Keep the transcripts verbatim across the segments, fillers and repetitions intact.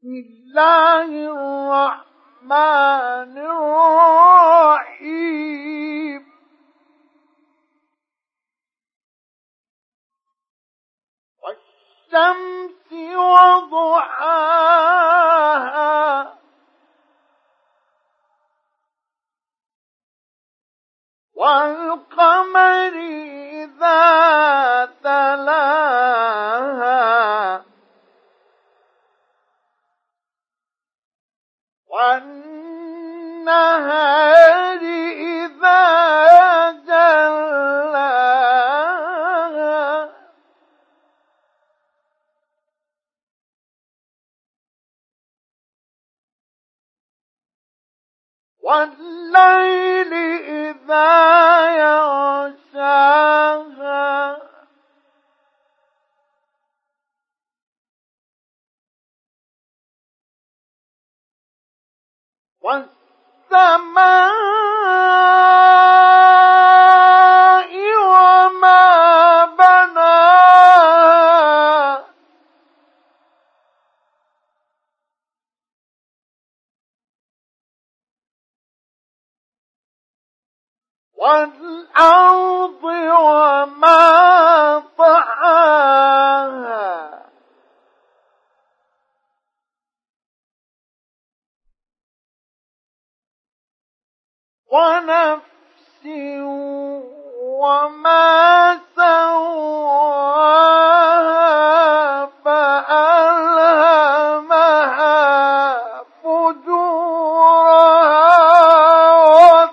بسم الله الرحمن الرحيم والشمس وضحاها والقمر إذا تلاها والنهار إذا جلاها والليل إذا يغشاها والسماء وما بناها والأرض وما طحاها ونفس وما سواها فألهمها فجورها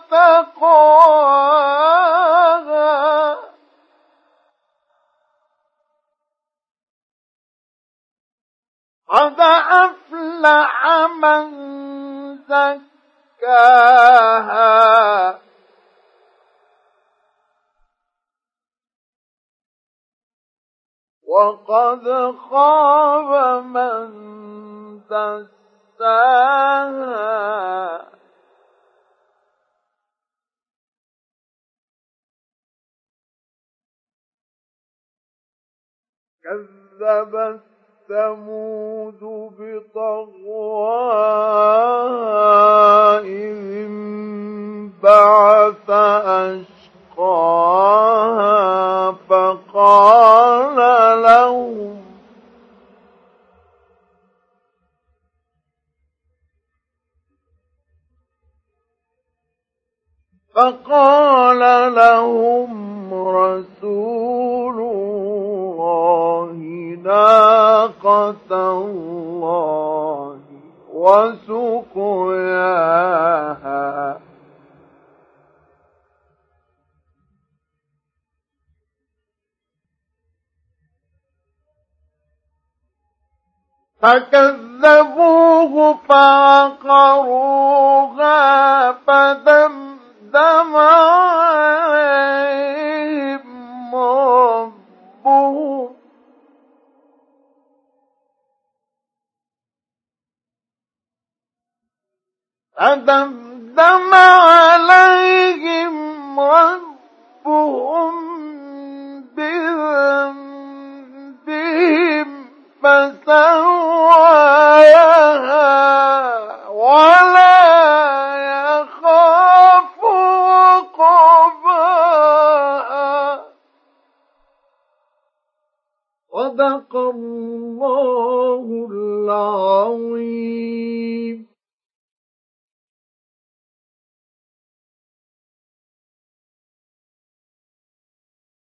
وتقواها قد أفلح من زكاها وقد خاب من دساها كذبت ثمود بطغواها إذ انبعث أشقاها فقال لهم فقال لهم رسول الله ناقة الله وسقياها فكذبوه فعقروها فدمدم عليهم ربهم فدمدم عليهم ربهم بذنبهم فسواها ولا يخاف عقباها. صدق الله العظيم.